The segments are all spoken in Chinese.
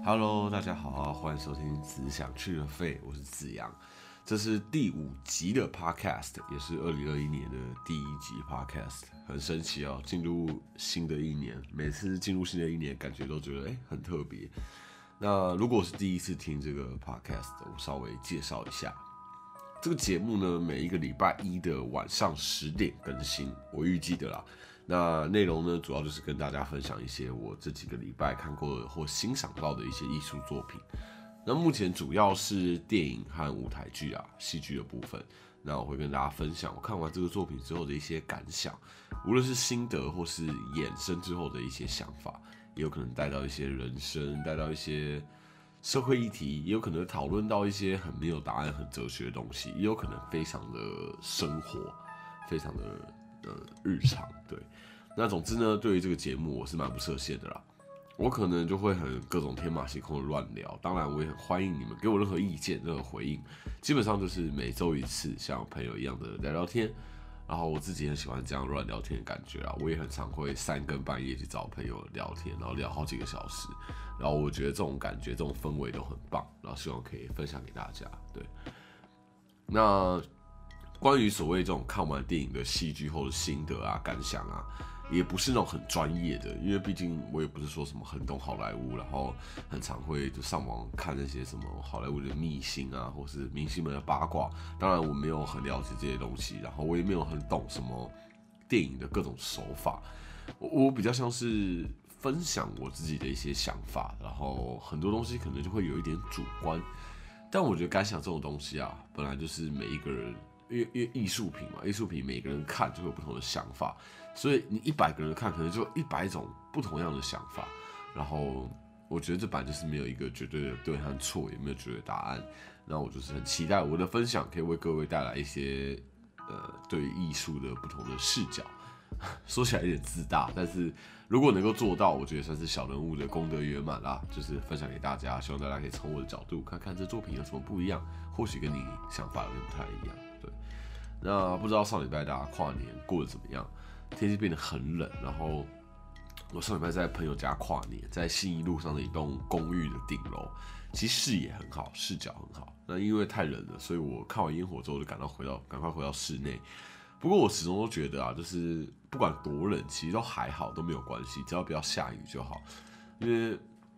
Hello，大家好，欢迎收听《只想去了废》，我是子阳，这是第5集的 Podcast， 也是2021年的第1集 Podcast， 很神奇哦，进入新的一年，每次进入新的一年，感觉都觉得很特别。那如果是第一次听这个 Podcast， 我稍微介绍一下。这个节目呢，每一个礼拜一的晚上10点更新，我预计的啦。那内容呢，主要就是跟大家分享一些我这几个礼拜看过的或欣赏到的一些艺术作品。那目前主要是电影和舞台剧啊，戏剧的部分。那我会跟大家分享我看完这个作品之后的一些感想，无论是心得或是衍生之后的一些想法，也有可能带到一些人生，带到一些社会议题，也有可能讨论到一些很没有答案、很哲学的东西，也有可能非常的生活，非常的日常。对，那总之呢，对于这个节目我是蛮不设限的啦。我可能就会很各种天马行空的乱聊，当然我也很欢迎你们给我任何意见、任何回应。基本上就是每周一次，像朋友一样的聊聊天。然后我自己很喜欢这样乱聊天的感觉啦，我也很常会3更半夜去找朋友聊天，然后聊好几个小时。然后我觉得这种感觉、这种氛围都很棒，然后希望可以分享给大家。对，那关于所谓这种看完电影的戏剧后的心得啊、感想啊，也不是那种很专业的，因为毕竟我也不是说什么很懂好莱坞，然后很常会就上网看那些什么好莱坞的秘辛啊，或是明星们的八卦。当然我没有很了解这些东西，然后我也没有很懂什么电影的各种手法。我比较像是分享我自己的一些想法，然后很多东西可能就会有一点主观。但我觉得感想这种东西啊，本来就是每一个人。因为艺术品嘛，艺术品每个人看就会有不同的想法，所以你100个人看，可能就100种不同样的想法。然后我觉得这本来就是没有一个绝对的对和错，也没有绝对的答案。那我就是很期待我的分享可以为各位带来一些对于艺术的不同的视角。说起来有点自大，但是如果能够做到，我觉得算是小人物的功德圆满啦。就是分享给大家，希望大家可以从我的角度看看这作品有什么不一样，或许跟你想法有点不太一样。对，那不知道上礼拜大家跨年过得怎么样？天气变得很冷，然后我上礼拜在朋友家跨年，在信义路上的一栋公寓的顶楼，其实视野很好，视角很好。那因为太冷了，所以我看完烟火之后就赶快回到室内。不过我始终都觉得啊，就是不管多冷，其实都还好，都没有关系，只要不要下雨就好。因为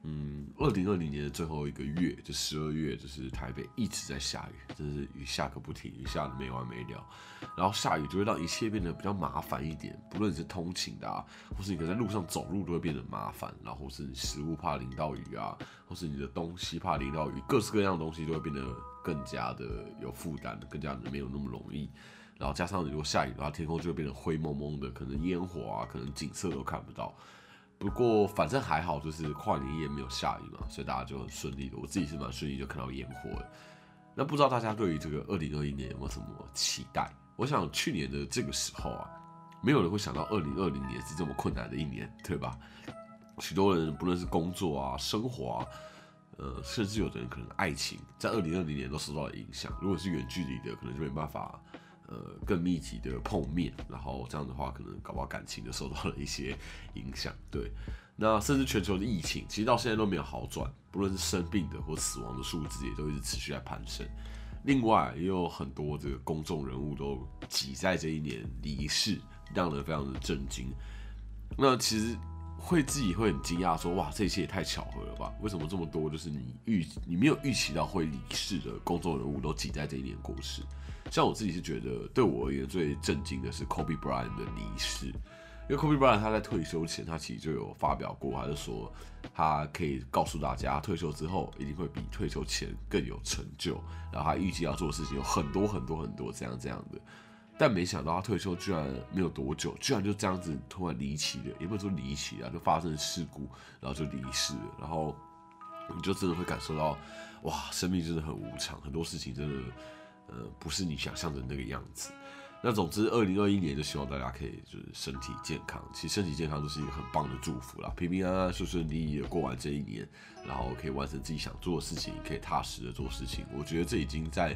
2020年的最后1个月，就12月，就是台北一直在下雨，真是雨下个不停，雨下的没完没了。然后下雨就会让一切变得比较麻烦一点，不论你是通勤的啊，或是你可能在路上走路都会变得麻烦，然后或是你食物怕淋到雨啊，或是你的东西怕淋到雨，各式各样的东西都会变得更加的有负担，更加的没有那么容易。然后加上如果下雨的话，天空就会变得灰蒙蒙的，可能烟火啊，可能景色都看不到。不过反正还好，就是跨年夜没有下雨嘛，所以大家就很顺利的。我自己是蛮顺利就看到烟火了。那不知道大家对于这个2021年有没有什么期待？我想去年的这个时候啊，没有人会想到2020年是这么困难的一年，对吧？许多人不论是工作啊、生活啊，甚至有的人可能爱情，在2020年都受到了影响。如果是远距离的，可能就没办法。更密集的碰面，然后这样的话，可能搞不好感情就受到了一些影响。对，那甚至全球的疫情，其实到现在都没有好转，不论是生病的或死亡的数字，也都一直持续在攀升。另外，也有很多这个公众人物都挤在这一年离世，让人非常的震惊。那其实自己会很惊讶，说哇，这一切也太巧合了吧？为什么这么多就是你没有预期到会离世的公众人物都挤在这一年过世？像我自己是觉得，对我而言最震惊的是 Kobe Bryant 的离世，因为 Kobe Bryant 他在退休前，他其实就有发表过，他就说他可以告诉大家，退休之后一定会比退休前更有成就，然后他预计要做的事情有很多很多很多这样的。但没想到他退休居然没有多久，居然就这样子突然离奇了，也不能说离奇啊，就发生事故，然后就离世了。然后你就真的会感受到，哇，生命真的很无常，很多事情真的，不是你想象的那个样子。那总之，2021年就希望大家可以就是身体健康，其实身体健康就是一个很棒的祝福啦，平平安安、顺顺利利的过完这一年，然后可以完成自己想做的事情，可以踏实的做事情。我觉得这已经在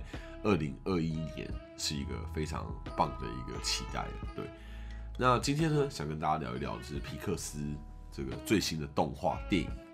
2021年是一个非常棒的一个期待了。对，那今天呢，想跟大家聊一聊就是皮克斯这个最新的动画电影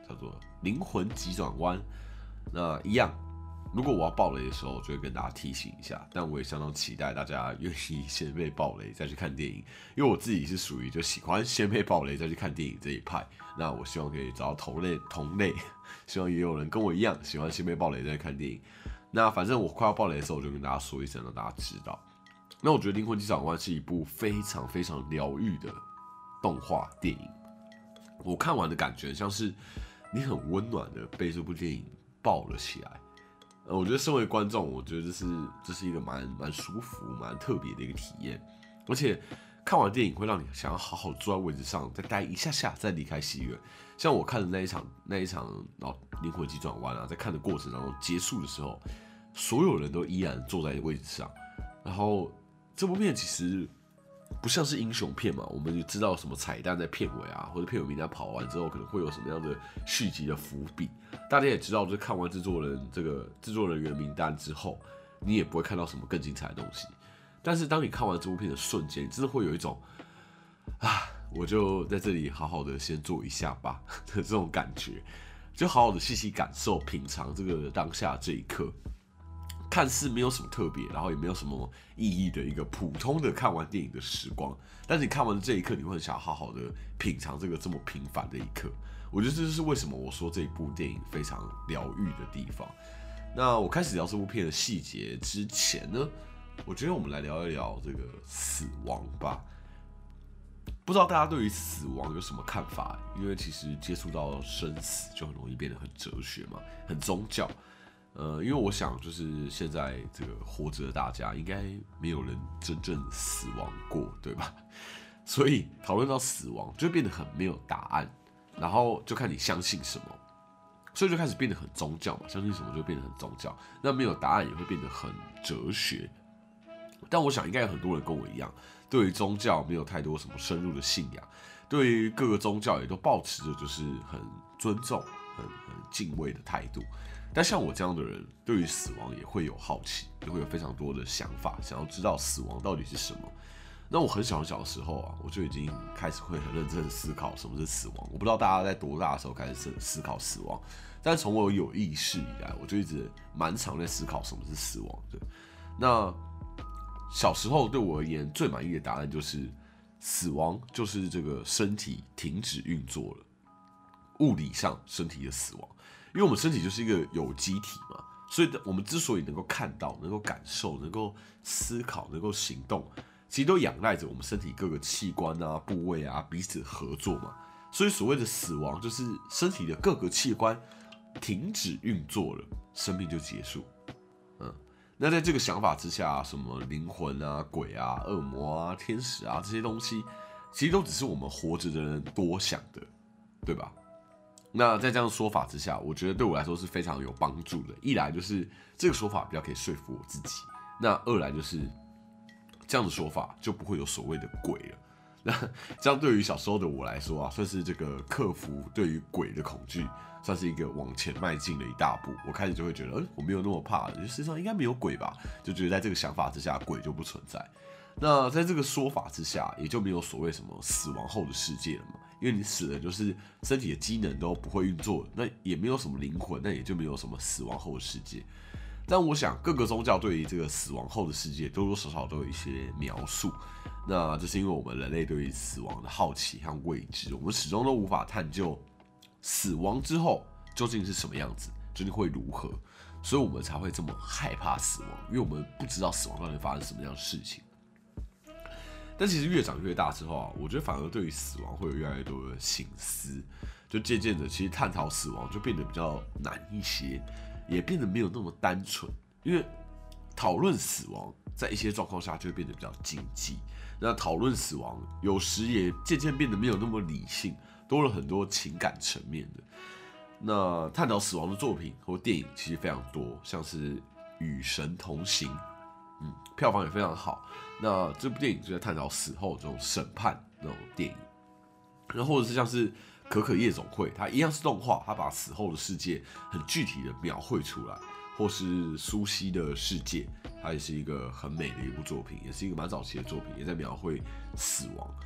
叫做《灵魂急转弯》。那一样，如果我要爆雷的时候，就会跟大家提醒一下。但我也相当期待大家愿意先被爆雷再去看电影，因为我自己是属于就喜欢先被爆雷再去看电影这一派。那我希望可以找到同类，希望也有人跟我一样喜欢先被爆雷再去看电影。那反正我快要爆雷的时候，我就跟大家说一声，让大家知道。那我觉得《灵魂急转弯》是一部非常非常疗愈的动画电影。我看完的感觉像是你很温暖的被这部电影抱了起来。我觉得身为观众，我觉得这是一个蛮舒服、蛮特别的一个体验。而且看完电影会让你想要好好坐在位置上，再待一下下，再离开戏院。像我看的那一场，然后灵魂急转弯啊，在看的过程当中结束的时候，所有人都依然坐在位置上。然后这部片其实不像是英雄片嘛，我们就知道什么彩蛋在片尾啊，或者片尾名单跑完之后可能会有什么样的续集的伏笔。大家也知道，就是看完制作人员名单之后，你也不会看到什么更精彩的东西。但是当你看完这部片的瞬间，你真的会有一种我就在这里好好的先坐一下吧的这种感觉，就好好的细细感受、品尝这个当下这一刻。看似没有什么特别，然后也没有什么意义的一个普通的看完电影的时光，但是你看完的这一刻，你会很想好好的品尝这个这么平凡的一刻。我觉得这就是为什么我说这一部电影非常疗愈的地方。那我开始聊这部片的细节之前呢，我觉得我们来聊一聊这个死亡吧。不知道大家对于死亡有什么看法？因为其实接触到生死就很容易变得很哲学嘛，很宗教。因为我想，就是现在这个活着的大家，应该没有人真正死亡过，对吧？所以讨论到死亡，就会变得很没有答案，然后就看你相信什么，所以就开始变得很宗教嘛，相信什么就变得很宗教。那没有答案也会变得很哲学。但我想，应该有很多人跟我一样，对于宗教没有太多什么深入的信仰，对于各个宗教也都抱持着就是很尊重、很敬畏的态度。但像我这样的人，对于死亡也会有好奇，也会有非常多的想法，想要知道死亡到底是什么。那我很小的时候啊，我就已经开始会很认真的思考什么是死亡。我不知道大家在多大的时候开始思考死亡，但从我有意识以来，我就一直蛮常在思考什么是死亡的。那小时候对我而言，最满意的答案就是死亡就是这个身体停止运作了，物理上身体的死亡。因为我们身体就是一个有机体嘛，所以我们之所以能够看到、能够感受、能够思考、能够行动，其实都仰赖着我们身体各个器官啊、部位啊彼此合作嘛。所以所谓的死亡，就是身体的各个器官停止运作了，生命就结束。那在这个想法之下，什么灵魂啊、鬼啊、恶魔啊、天使啊这些东西，其实都只是我们活着的人多想的，对吧？那在这样的说法之下，我觉得对我来说是非常有帮助的。一来就是这个说法比较可以说服我自己，那二来就是这样的说法就不会有所谓的鬼了。那这样对于小时候的我来说啊，算是这个克服对于鬼的恐惧，算是一个往前迈进的一大步。我开始就会觉得，我没有那么怕了，世界上应该没有鬼吧？就觉得在这个想法之下，鬼就不存在。那在这个说法之下，也就没有所谓什么死亡后的世界了嘛。因为你死了，就是身体的机能都不会运作，那也没有什么灵魂，那也就没有什么死亡后的世界。但我想，各个宗教对于这个死亡后的世界多多少少都有一些描述。那这是因为我们人类对于死亡的好奇和未知，我们始终都无法探究死亡之后究竟是什么样子，究竟会如何，所以我们才会这么害怕死亡，因为我们不知道死亡到底发生什么样的事情。但其实越长越大之后啊，我觉得反而对于死亡会有越来越多的省思，就渐渐的，其实探讨死亡就变得比较难一些，也变得没有那么单纯。因为讨论死亡，在一些状况下就会变得比较禁忌。那讨论死亡，有时也渐渐变得没有那么理性，多了很多情感层面的。那探讨死亡的作品或电影其实非常多，像是《与神同行》。票房也非常好。那这部电影就在探讨死后这种审判那种电影，然后或者是像是《可可夜总会》，它一样是动画，它把死后的世界很具体的描绘出来，或是苏西的世界，它也是一个很美的一部作品，也是一个蛮早期的作品，也在描绘死亡。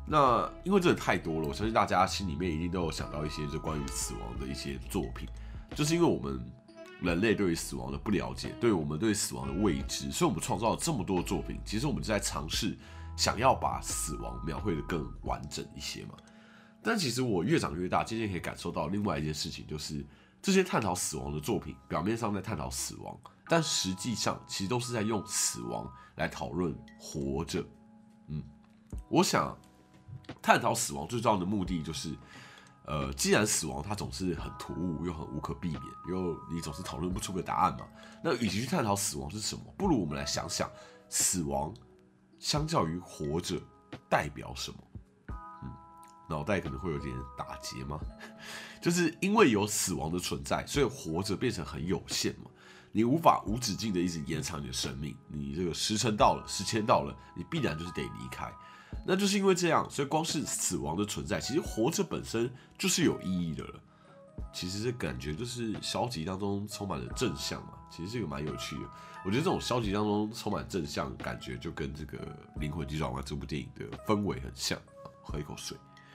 那因为真的太多了，我相信大家心里面一定都有想到一些就关于死亡的一些作品，就是因为我们人类对于死亡的不了解，对于我们对死亡的未知，所以我们创造了这么多作品。其实我们就在尝试想要把死亡描绘得更完整一些嘛。但其实我越长越大，渐渐可以感受到另外一件事情，就是这些探讨死亡的作品，表面上在探讨死亡，但实际上其实都是在用死亡来讨论活着。我想探讨死亡最重要的目的就是，既然死亡它总是很突兀又很无可避免，又你总是讨论不出个答案嘛，那与其去探讨死亡是什么，不如我们来想想死亡相较于活着代表什么。脑袋可能会有点打结吗？就是因为有死亡的存在，所以活着变成很有限嘛。你无法无止境的一直延长你的生命，你这个时辰到了，时间到了，你必然就是得离开。那就是因为这样，所以光是死亡的存在，其实活着本身就是有意义的了。其实这感觉就是消极当中充满了正向嘛，其实这个蛮有趣的。我觉得这种消极当中充满正向，感觉就跟这个《灵魂急转弯》这部电影的氛围很像。喝一口水。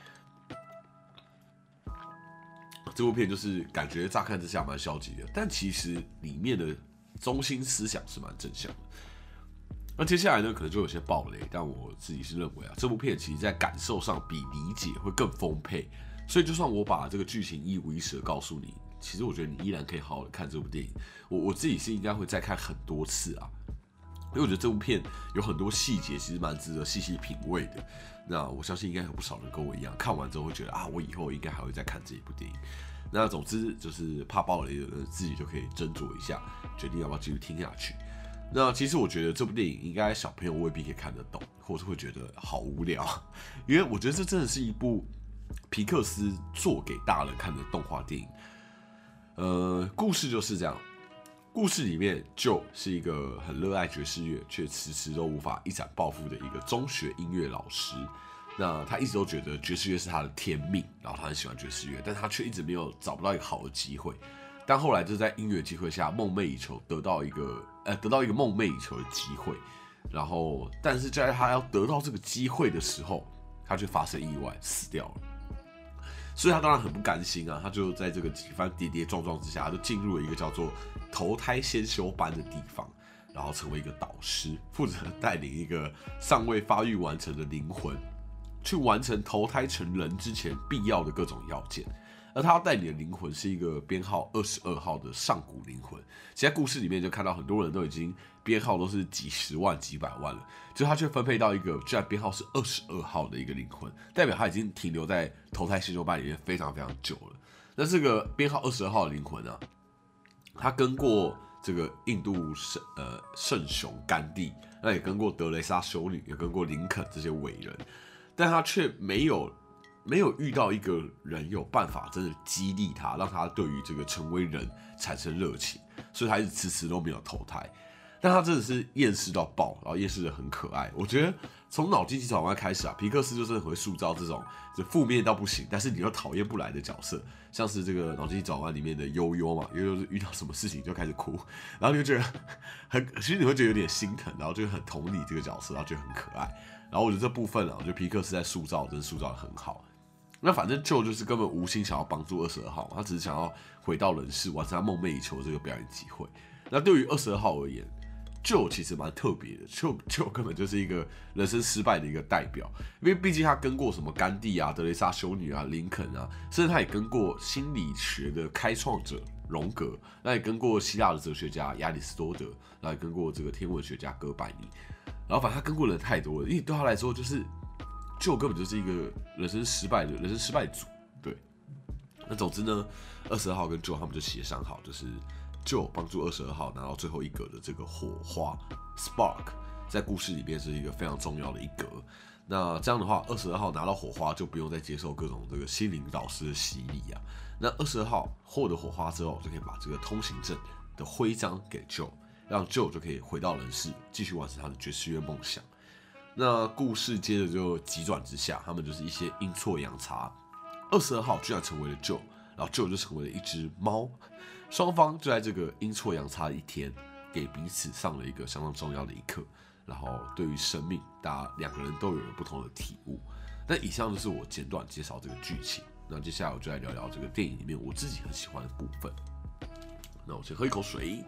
这部片就是感觉乍看之下蛮消极的，但其实里面的中心思想是蛮正向的。那接下来呢，可能就有些爆雷，但我自己是认为这部片其实在感受上比理解会更丰沛，所以就算我把这个剧情一五一十的告诉你，其实我觉得你依然可以好好的看这部电影。我自己是应该会再看很多次啊，因为我觉得这部片有很多细节其实蛮值得细细品味的。那我相信应该有不少人跟我一样，看完之后会觉得我以后应该还会再看这一部电影。那总之就是怕爆雷的人自己就可以斟酌一下，决定要不要继续听下去。那其实我觉得这部电影应该小朋友未必可以看得懂，或是会觉得好无聊，因为我觉得这真的是一部皮克斯做给大人看的动画电影。故事就是这样，故事里面就是一个很热爱爵士乐，却迟迟都无法一展抱负的一个中学音乐老师。那他一直都觉得爵士乐是他的天命，然后他很喜欢爵士乐，但他却一直没有找不到一个好的机会。但后来就在音乐机会下梦寐以求，得到一个梦寐以求的机会。然后，但是在他要得到这个机会的时候，他却发生意外死掉了。所以他当然很不甘心啊，他就在这个几番跌跌撞撞之下，他就进入了一个叫做投胎先修班的地方，然后成为一个导师，负责带领一个尚未发育完成的灵魂，去完成投胎成人之前必要的各种要件。而他要带领的灵魂是一个编号22号的上古灵魂。其实在故事里面就看到很多人都已经编号都是几十万、几百万了，就他却分配到一个居然编号是22号的一个灵魂，代表他已经停留在投胎先修班里面非常非常久了。那这个编号22号的灵魂啊，他跟过这个印度圣雄甘地，那也跟过德雷莎修女，也跟过林肯这些伟人，但他却没有遇到一个人有办法真的激励他，让他对于这个成为人产生热情，所以他一直迟迟都没有投胎。但他真的是厌世到爆，然后厌世的很可爱。我觉得从脑筋急转弯开始皮克斯就真的会塑造这种就负面到不行，但是你又讨厌不来的角色，像是这个脑筋急转弯里面的悠悠嘛，悠悠遇到什么事情就开始哭，然后你就觉得其实你会觉得有点心疼，然后就很同理这个角色，然后觉得很可爱。然后我觉得这部分我觉得皮克斯在塑造真的塑造得很好。那反正就是根本无心想要帮助22号，他只是想要回到人世，完成他梦寐以求的这个表演机会。那对于22号而言，其实蛮特别的，就根本就是一个人生失败的一个代表，因为毕竟他跟过什么甘地啊、德雷莎修女啊、林肯啊，甚至他也跟过心理学的开创者荣格，那也跟过希腊的哲学家亚里士多德，那也跟过这个天文学家哥白尼，然后反正他跟过人太多了，因为对他来说根本就是一个人生失败组，对。那总之呢，22号跟他们就协商好，就是帮助22号拿到最后一格的这个火花 spark， 在故事里面是一个非常重要的一格。那这样的话，22号拿到火花就不用再接受各种这个心灵导师的洗礼啊。那22号获得火花之后，就可以把这个通行证的徽章给让就可以回到人世，继续完成他的爵士乐梦想。那故事接着就急转直下，他们就是一些阴错阳差，22号居然成为了然后就成为了一只猫。双方就在这个阴错阳差的一天，给彼此上了一个相当重要的一课。然后对于生命，两个人都有了不同的体悟。 那以上就是我简短介绍这个剧情。那接下来我就来聊聊这个电影里面我自己很喜欢的部分。那我先喝一口水。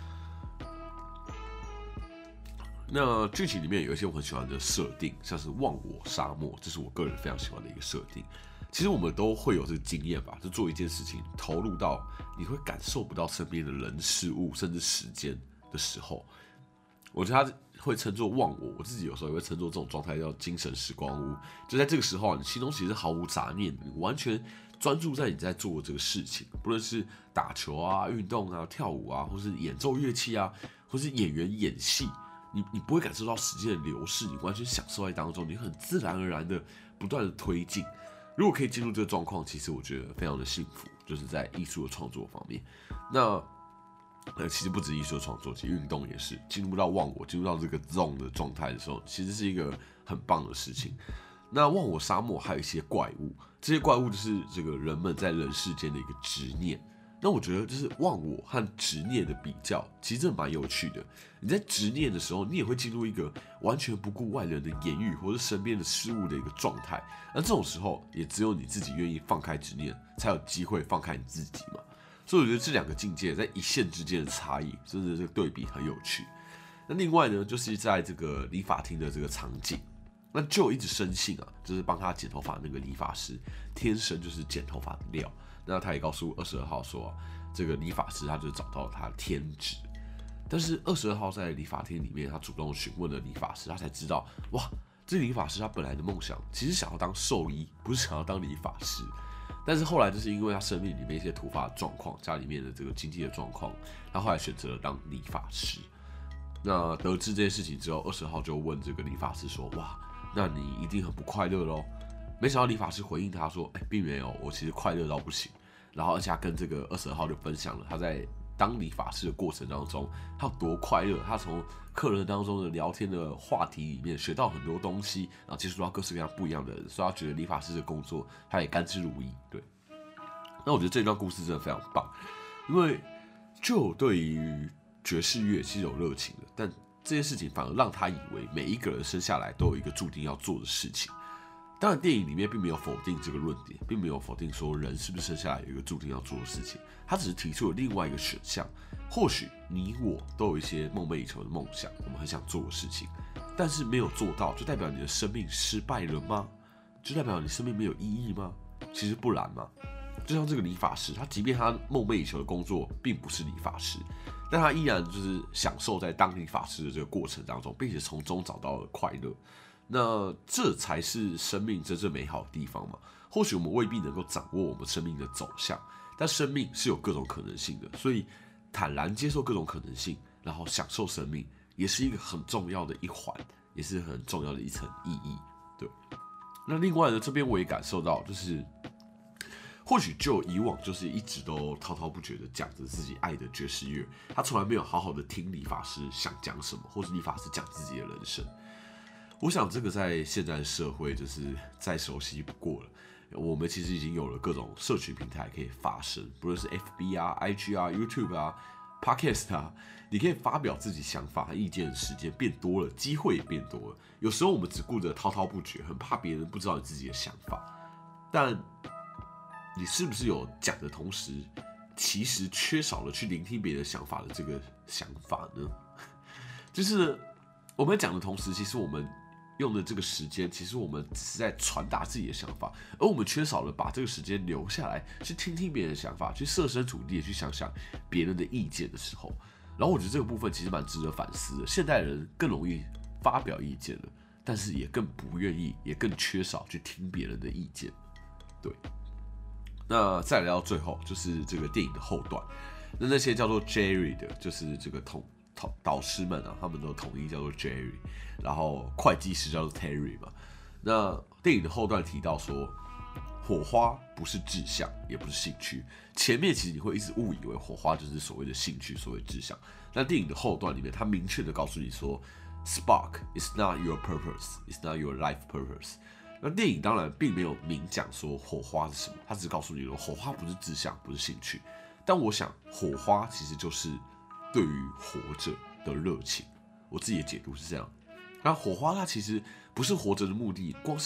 那剧情里面有一些我很喜欢的设定，像是忘我沙漠，这是我个人非常喜欢的一个设定。其实我们都会有这个经验吧，就做一件事情投入到你会感受不到身边的人事物甚至时间的时候，我觉得他会称作忘我，我自己有时候也会称作这种状态叫精神时光屋。就在这个时候，你心中其实毫无杂念，你完全专注在你在做的这个事情，不论是打球啊、运动啊、跳舞啊，或是演奏乐器啊，或是演员演戏，你不会感受到时间的流逝，你完全享受在当中，你很自然而然的不断的推进。如果可以进入这个状况，其实我觉得非常的幸福，就是在艺术的创作方面。那其实不止艺术的创作，其实运动也是进入到忘我、进入到这个 zone 的状态的时候，其实是一个很棒的事情。那忘我沙漠还有一些怪物，这些怪物就是这个人们在人世间的一个执念。那我觉得就是忘我和执念的比较，其实真的蛮有趣的。你在执念的时候，你也会进入一个完全不顾外人的言语或者身边的事物的一个状态。那这种时候，也只有你自己愿意放开执念，才有机会放开你自己嘛。所以我觉得这两个境界在一线之间的差异，真的这个对比很有趣。那另外呢，就是在这个理发厅的这个场景，那就一直深信啊，就是帮他剪头发的那个理发师，天生就是剪头发的料。那他也告诉22号说，这个理发师他就找到了他的天职。但是22号在理发厅里面，他主动询问了理发师，他才知道，哇，这理发师他本来的梦想其实想要当兽医，不是想要当理发师。但是后来就是因为他生命里面一些突发的状况，家里面的这个经济的状况，他后来选择了当理发师。那得知这件事情之后，22号就问这个理发师说，哇，那你一定很不快乐咯。没想到理发师回应他说，并没有，我其实快乐到不行。然后而且他跟这个22号就分享了他在当理发师的过程当中，他有多快乐。他从客人当中的聊天的话题里面学到很多东西，然后接触到各式各样不一样的人，所以他觉得理发师的工作他也甘之如饴。对，那我觉得这段故事真的非常棒，因为就对于爵士乐其实有热情的，但这件事情反而让他以为每一个人生下来都有一个注定要做的事情。当然，电影里面并没有否定这个论点，并没有否定说人是不是生下来有一个注定要做的事情，他只是提出了另外一个选项。或许你我都有一些梦寐以求的梦想，我们很想做的事情，但是没有做到，就代表你的生命失败了吗？就代表你生命没有意义吗？其实不然嘛。就像这个理发师，他即便他梦寐以求的工作并不是理发师，但他依然就是享受在当理发师的这个过程当中，并且从中找到了快乐。那这才是生命真正美好的地方嘛。或许我们未必能够掌握我们生命的走向，但生命是有各种可能性的，所以坦然接受各种可能性，然后享受生命，也是一个很重要的一环，也是很重要的一层意义。对，那另外呢，这边我也感受到，就是或许就以往就是一直都滔滔不绝的讲着自己爱的爵士乐，他从来没有好好的听理发师想讲什么，或是理发师讲自己的人生。我想这个在现在的社会就是再熟悉不过了。我们其实已经有了各种社群平台可以发声，不论是 FB 啊、IG 啊、YouTube 啊、Podcast 啊，你可以发表自己想法和意见的时间变多了，机会也变多了。有时候我们只顾着滔滔不绝，很怕别人不知道你自己的想法，但你是不是有讲的同时，其实缺少了去聆听别人想法的这个想法呢？就是我们讲的同时，其实我们用的这个时间，其实我们只是在传达自己的想法，而我们缺少了把这个时间留下来，去听听别人的想法，去设身处地的去想想别人的意见的时候，然后我觉得这个部分其实蛮值得反思的。现代人更容易发表意见了，但是也更不愿意，也更缺少去听别人的意见。对，那再来到最后，就是这个电影的后段，那些叫做 Jerry 的，就是这个导师们啊，他们都统一叫做 Jerry， 然后会计师叫做 Terry 嘛。那电影的后段提到说，火花不是志向，也不是兴趣。前面其实你会一直误以为火花就是所谓的兴趣，所谓志向。那电影的后段里面，他明确的告诉你说 ，Spark is not your purpose, it's not your life purpose。那电影当然并没有明讲说火花是什么，他只告诉你说火花不是志向，不是兴趣。但我想，火花其实就是对于活着的热情，我自己的解读是这样。那火花它其实不是活着的目的，光是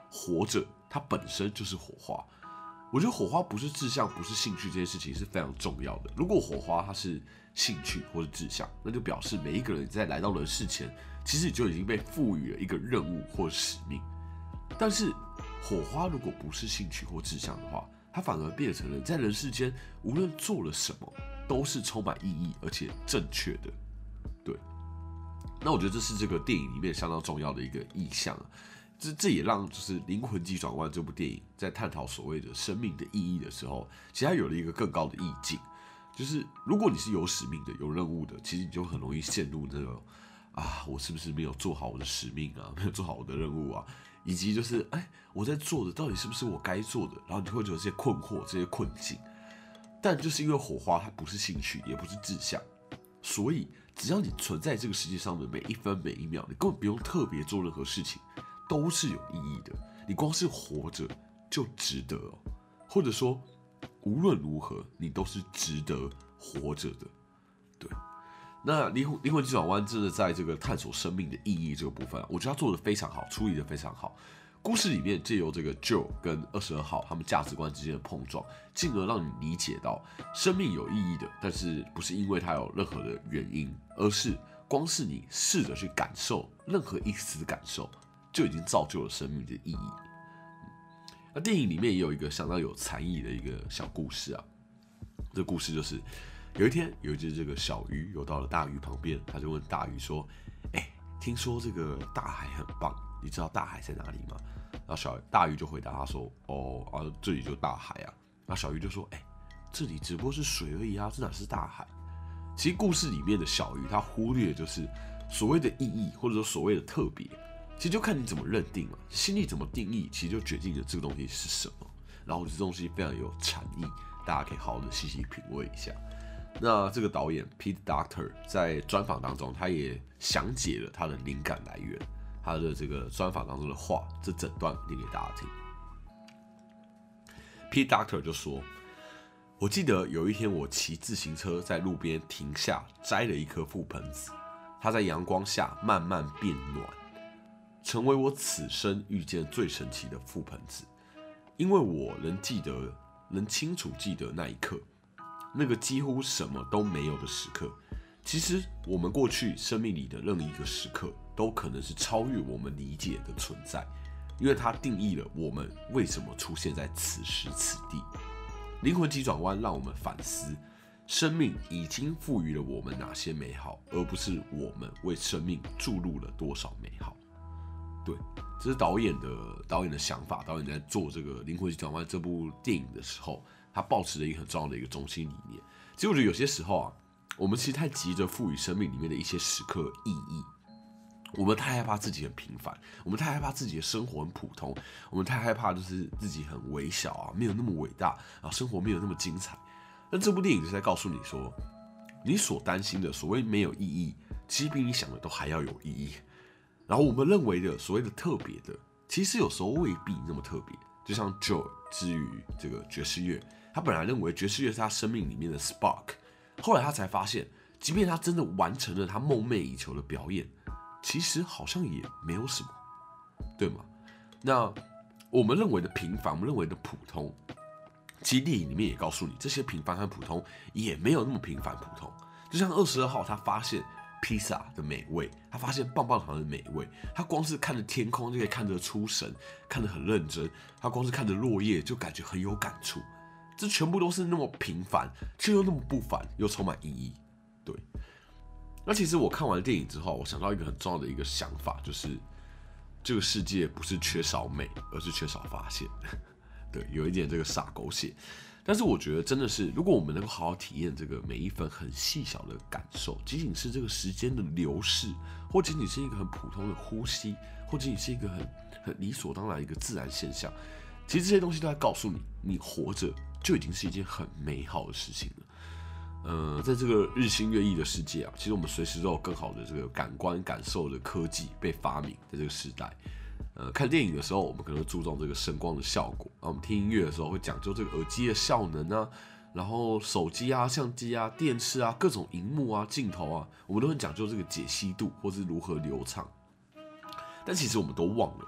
活着它本身就是火花。我觉得火花不是志向，不是兴趣，这件事情是非常重要的。如果火花它是兴趣或是志向，那就表示每一个人在来到人世前，其实就已经被赋予了一个任务或使命。但是火花如果不是兴趣或志向的话，它反而变成了在人世间无论做了什么都是充满意义而且正确的。对，那我觉得这是这个电影里面相当重要的一个意象啊。这也让就是《灵魂急转弯》这部电影在探讨所谓的生命的意义的时候，其实它有了一个更高的意境。就是如果你是有使命的、有任务的，其实你就很容易陷入那种我是不是没有做好我的使命啊，没有做好我的任务啊，以及就是我在做的到底是不是我该做的，然后你会有这些困惑、这些困境。但就是因为火花它不是兴趣，也不是志向，所以只要你存在这个世界上的每一分每一秒，你根本不用特别做任何事情，都是有意义的。你光是活着就值得哦，或者说无论如何你都是值得活着的。对，那灵魂急转弯真的在这个探索生命的意义这个部分，我觉得他做得非常好，处理得非常好。故事里面借由这个 Joe 跟22号他们价值观之间的碰撞，进而让你理解到生命有意义的，但是不是因为它有任何的原因，而是光是你试着去感受任何一丝感受，就已经造就了生命的意义。那电影里面也有一个相当有禅意的一个小故事啊。这故事就是有一天有一只这个小鱼游到了大鱼旁边，他就问大鱼说：“听说这个大海很棒，你知道大海在哪里吗？”然后大鱼就回答他说：“这里就是大海啊。”然后小鱼就说：“这里只不过是水而已啊，这哪是大海？”其实故事里面的小鱼他忽略就是所谓的意义，或者说所谓的特别，其实就看你怎么认定嘛，心里怎么定义，其实就决定了这个东西是什么。然后这东西非常有禅意，大家可以好好的细细品味一下。那这个导演 Pete Docter 在专访当中，他也详解了他的灵感来源。他的这个专访当中的话，这整段念给大家听。Pete Docter 就说：“我记得有一天，我骑自行车在路边停下，摘了一颗覆盆子，它在阳光下慢慢变暖，成为我此生遇见最神奇的覆盆子。因为我能清楚记得那一刻，那个几乎什么都没有的时刻。其实我们过去生命里的任一个时刻，都可能是超越我们理解的存在，因为它定义了我们为什么出现在此时此地。灵魂急转弯让我们反思，生命已经赋予了我们哪些美好，而不是我们为生命注入了多少美好。”对，这是导演的想法。导演在做这个《灵魂急转弯》这部电影的时候，他抱持了一个很重要的一个中心理念。其实我觉得有些时候啊，我们其实太急着赋予生命里面的一些时刻意义，我们太害怕自己很平凡，我们太害怕自己的生活很普通，我们太害怕就是自己很微小啊，没有那么伟大啊，生活没有那么精彩。但这部电影就是在告诉你说，你所担心的所谓没有意义，其实比你想的都还要有意义。然后我们认为的所谓的特别的，其实有时候未必那么特别。就像 Joe 之于这个爵士乐，他本来认为爵士乐是他生命里面的 spark， 后来他才发现，即便他真的完成了他梦寐以求的表演，其实好像也没有什么，对吗？那我们认为的平凡，我们认为的普通，其实电影里面也告诉你，这些平凡和普通也没有那么平凡普通。就像22号，他发现披萨的美味，他发现棒棒糖的美味，他光是看着天空就可以看得出神，看得很认真，他光是看着落叶就感觉很有感触。这全部都是那么平凡，却又那么不凡，又充满意义。对，那其实我看完电影之后，我想到一个很重要的一个想法，就是这个世界不是缺少美，而是缺少发现。对，有一点这个傻狗血。但是我觉得真的是，如果我们能够好好体验这个每一分很细小的感受，仅仅是这个时间的流逝，或仅仅是一个很普通的呼吸，或仅仅是一个很理所当然的一个自然现象，其实这些东西都在告诉你，你活着就已经是一件很美好的事情了。在这个日新月异的世界啊，其实我们随时都有更好的这个感官感受的科技被发明，在这个时代。看电影的时候，我们可能注重这个声光的效果；我们听音乐的时候，会讲究这个耳机的效能啊，然后手机啊、相机啊、电视啊、各种荧幕啊、镜头啊，我们都很讲究这个解析度或是如何流畅。但其实我们都忘了，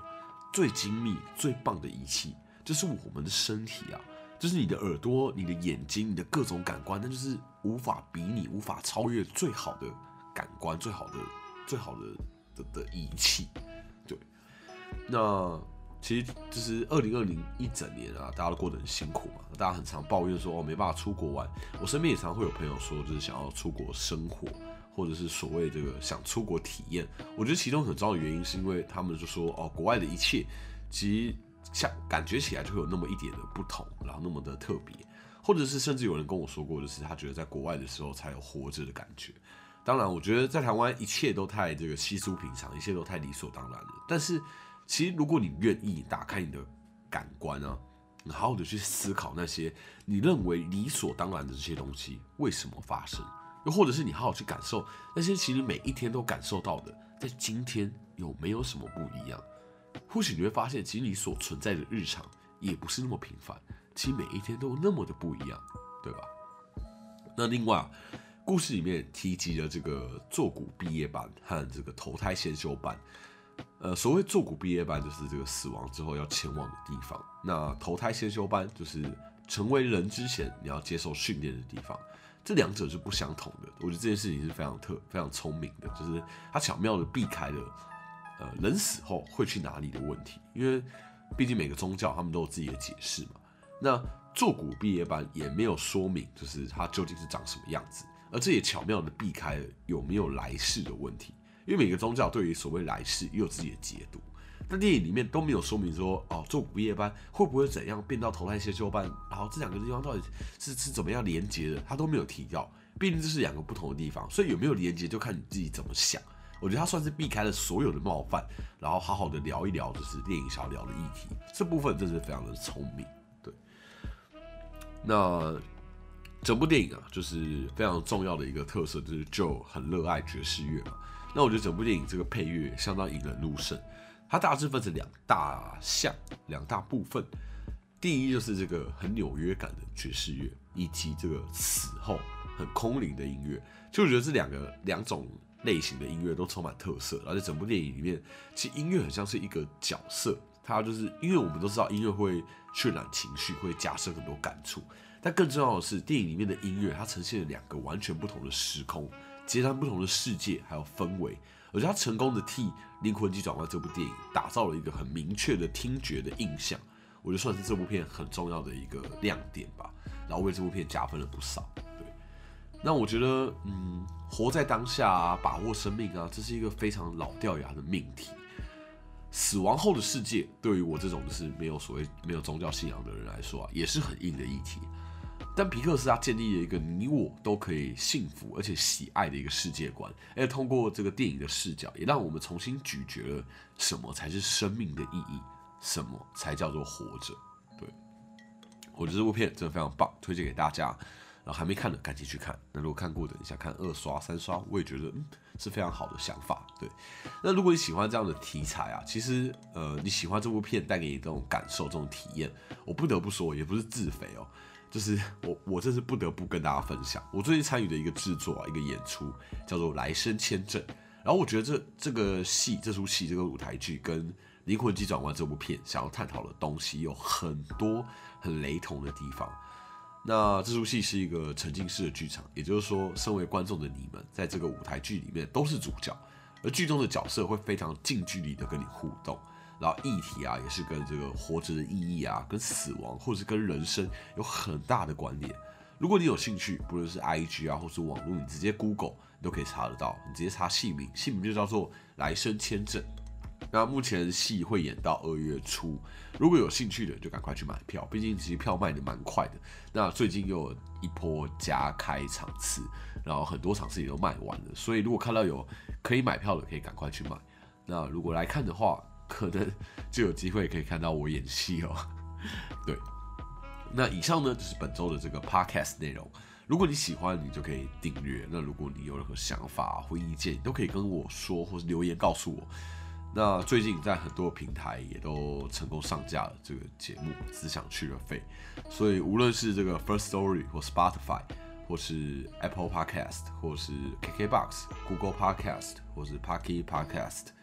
最精密、最棒的仪器，就是我们的身体啊，就是你的耳朵、你的眼睛、你的各种感官，那就是无法比拟、无法超越最好的感官、最好的仪器。对，那其实就是2020一整年啊，大家都过得很辛苦嘛，大家很常抱怨说没办法出国玩。我身边也常会有朋友说，就是想要出国生活，或者是所谓这个想出国体验。我觉得其中很重要的原因是因为他们就说国外的一切其实感觉起来就会有那么一点的不同，然后那么的特别，或者是甚至有人跟我说过，就是他觉得在国外的时候才有活着的感觉。当然，我觉得在台湾一切都太这个稀疏平常，一切都太理所当然了。但是其实如果你愿意打开你的感官啊，你好好的去思考那些你认为理所当然的这些东西为什么发生，又或者是你好好去感受那些其实每一天都感受到的，在今天有没有什么不一样？或许你会发现，其实你所存在的日常也不是那么平凡，其实每一天都那么的不一样，对吧？那另外故事里面提及了这个坐骨毕业班和这个投胎先修班。所谓坐骨毕业班就是这个死亡之后要前往的地方，那投胎先修班就是成为人之前你要接受训练的地方。这两者是不相同的。我觉得这件事情是非常聪明的，就是他巧妙的避开了人死后会去哪里的问题，因为毕竟每个宗教他们都有自己的解释嘛。那坐骨毕业班也没有说明就是它究竟是长什么样子，而这也巧妙的避开了有没有来世的问题。因为每个宗教对于所谓来世也有自己的解读，但电影里面都没有说明说坐骨毕业班会不会怎样变到投胎先修班，然后这两个地方到底是怎么样连结的，他都没有提到。毕竟这是两个不同的地方，所以有没有连结就看你自己怎么想。我觉得他算是避开了所有的冒犯，然后好好的聊一聊就是电影想聊的议题，这部分真是非常的聪明。对，那整部电影啊，就是非常重要的一个特色，就是Joe很热爱爵士乐嘛。那我觉得整部电影这个配乐相当引人入胜，它大致分成两大部分。第一就是这个很纽约感的爵士乐，以及这个死后很空灵的音乐。就我觉得这两种类型的音乐都充满特色，而且整部电影里面，其实音乐很像是一个角色，它就是因为我们都知道音乐会渲染情绪，会加深很多感触。但更重要的是，电影里面的音乐它呈现了两个完全不同的时空，截然不同的世界还有氛围。我觉得它成功的替《灵魂急转弯》这部电影打造了一个很明确的听觉的印象，我觉得算是这部片很重要的一个亮点吧，然后为这部片加分了不少。对，那我觉得活在当下啊，把握生命啊，这是一个非常老掉牙的命题。死亡后的世界，对于我这种就是没有宗教信仰的人来说啊，也是很硬的议题。但皮克斯他建立了一个你我都可以幸福而且喜爱的一个世界观，而且通过这个电影的视角，也让我们重新咀嚼了什么才是生命的意义，什么才叫做活着。对，我觉得这部片真的非常棒，推荐给大家。然后还没看的赶紧去看，那如果看过的，你想看2刷、3刷，我也觉得是非常好的想法。对，那如果你喜欢这样的题材啊，其实你喜欢这部片带给你这种感受、这种体验，我不得不说，也不是自肥哦。就是我真是不得不跟大家分享，我最近参与的一个制作一个演出叫做《来生签证》，然后我觉得这出戏这个舞台剧跟《灵魂急转弯》这部片想要探讨的东西有很多很雷同的地方。那这出戏是一个沉浸式的剧场，也就是说，身为观众的你们在这个舞台剧里面都是主角，而剧中的角色会非常近距离的跟你互动。然后议题啊，也是跟这个活着的意义啊，跟死亡或是跟人生有很大的关联。如果你有兴趣，不论是 IG 啊，或是网络，你直接 Google 你都可以查得到。你直接查戏名就叫做《来生签证》。那目前戏会演到2月初，如果有兴趣的就赶快去买票，毕竟其实票卖的蛮快的。那最近又有一波加开场次，然后很多场次也都卖完了，所以如果看到有可以买票的，可以赶快去买。那如果来看的话，可能就有机会可以看到我演戏哦。对，那以上呢就是本周的这个 podcast 内容。如果你喜欢，你就可以订阅。那如果你有任何想法或意见，你都可以跟我说，或是留言告诉我。那最近在很多平台也都成功上架了这个节目《只想去了肺》，所以无论是这个 First Story 或 Spotify， 或是 Apple Podcast， 或是 KKBox、Google Podcast， 或是 Pocket Podcast。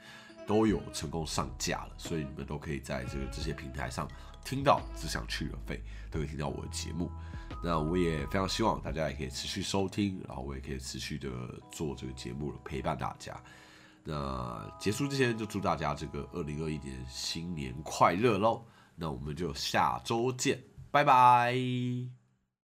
都有成功上架了，所以你们都可以在这些平台上听到只想去了费，都可以听到我的节目。那我也非常希望大家也可以持续收听，然后我也可以持续的做这个节目陪伴大家。那结束之前就祝大家这个2021年新年快乐喽！那我们就下周见，拜拜。